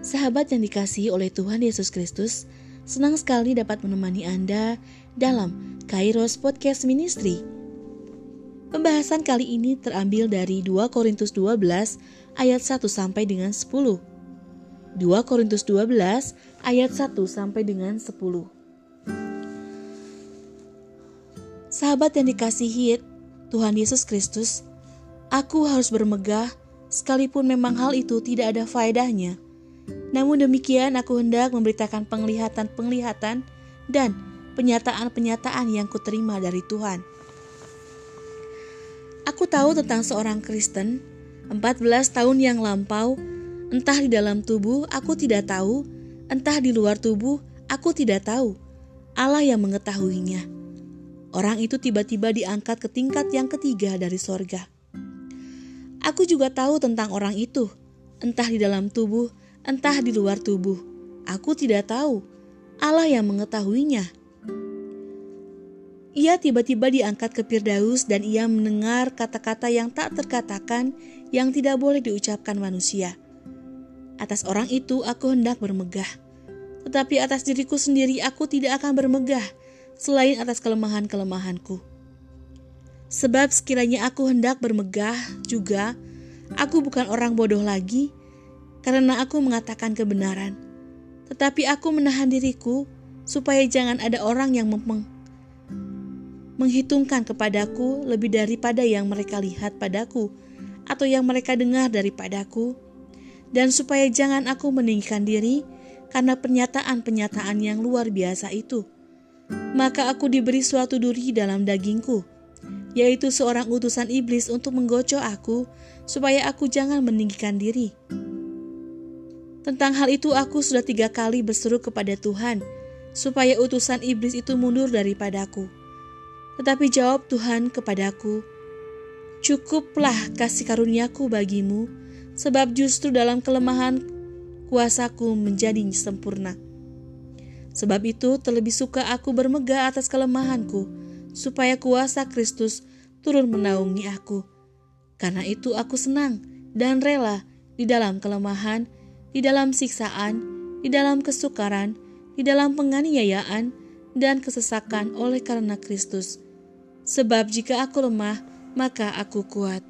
Sahabat yang dikasihi oleh Tuhan Yesus Kristus, senang sekali dapat menemani Anda dalam Kairos Podcast Ministry. Pembahasan kali ini terambil dari 2 Korintus 12 ayat 1 sampai dengan 10. 2 Korintus 12 ayat 1 sampai dengan 10. Sahabat yang dikasihi Tuhan Yesus Kristus, aku harus bermegah sekalipun memang hal itu tidak ada faedahnya. Namun demikian aku hendak memberitakan penglihatan-penglihatan dan penyataan-penyataan yang kuterima dari Tuhan. Aku tahu tentang seorang Kristen 14 tahun yang lampau, entah di dalam tubuh aku tidak tahu, entah di luar tubuh aku tidak tahu. Allah yang mengetahuinya. Orang itu tiba-tiba diangkat ke tingkat yang ketiga dari sorga. Aku juga tahu tentang orang itu, entah di dalam tubuh, entah di luar tubuh. Aku tidak tahu. Allah yang mengetahuinya. Ia tiba-tiba diangkat ke Firdaus dan ia mendengar kata-kata yang tak terkatakan yang tidak boleh diucapkan manusia. Atas orang itu aku hendak bermegah. Tetapi atas diriku sendiri aku tidak akan bermegah selain atas kelemahan-kelemahanku. Sebab sekiranya aku hendak bermegah juga, aku bukan orang bodoh lagi karena aku mengatakan kebenaran. Tetapi aku menahan diriku supaya jangan ada orang yang menghitungkan kepadaku lebih daripada yang mereka lihat padaku atau yang mereka dengar daripadaku, dan supaya jangan aku meninggikan diri karena pernyataan-pernyataan yang luar biasa itu. Maka aku diberi suatu duri dalam dagingku, yaitu seorang utusan iblis untuk menggocok aku supaya aku jangan meninggikan diri. Tentang hal itu aku sudah 3 kali berseru kepada Tuhan supaya utusan iblis itu mundur daripadaku. Tetapi jawab Tuhan kepadaku, "Cukuplah kasih karuniaku bagimu, sebab justru dalam kelemahan kuasaku menjadi sempurna. Sebab itu terlebih suka aku bermegah atas kelemahanku, supaya kuasa Kristus turun menaungi aku. Karena itu aku senang dan rela di dalam kelemahan, di dalam siksaan, di dalam kesukaran, di dalam penganiayaan, dan kesesakan oleh karena Kristus. Sebab jika aku lemah, maka aku kuat."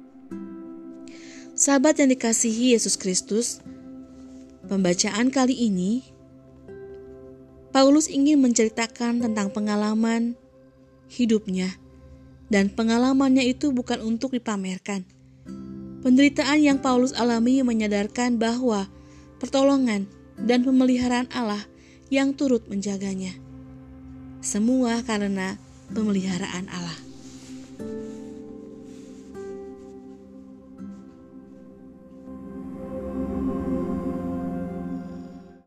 Sahabat yang dikasihi Yesus Kristus, pembacaan kali ini, Paulus ingin menceritakan tentang pengalaman hidupnya, dan pengalamannya itu bukan untuk dipamerkan. Penderitaan yang Paulus alami menyadarkan bahwa pertolongan dan pemeliharaan Allah yang turut menjaganya. Semua karena pemeliharaan Allah.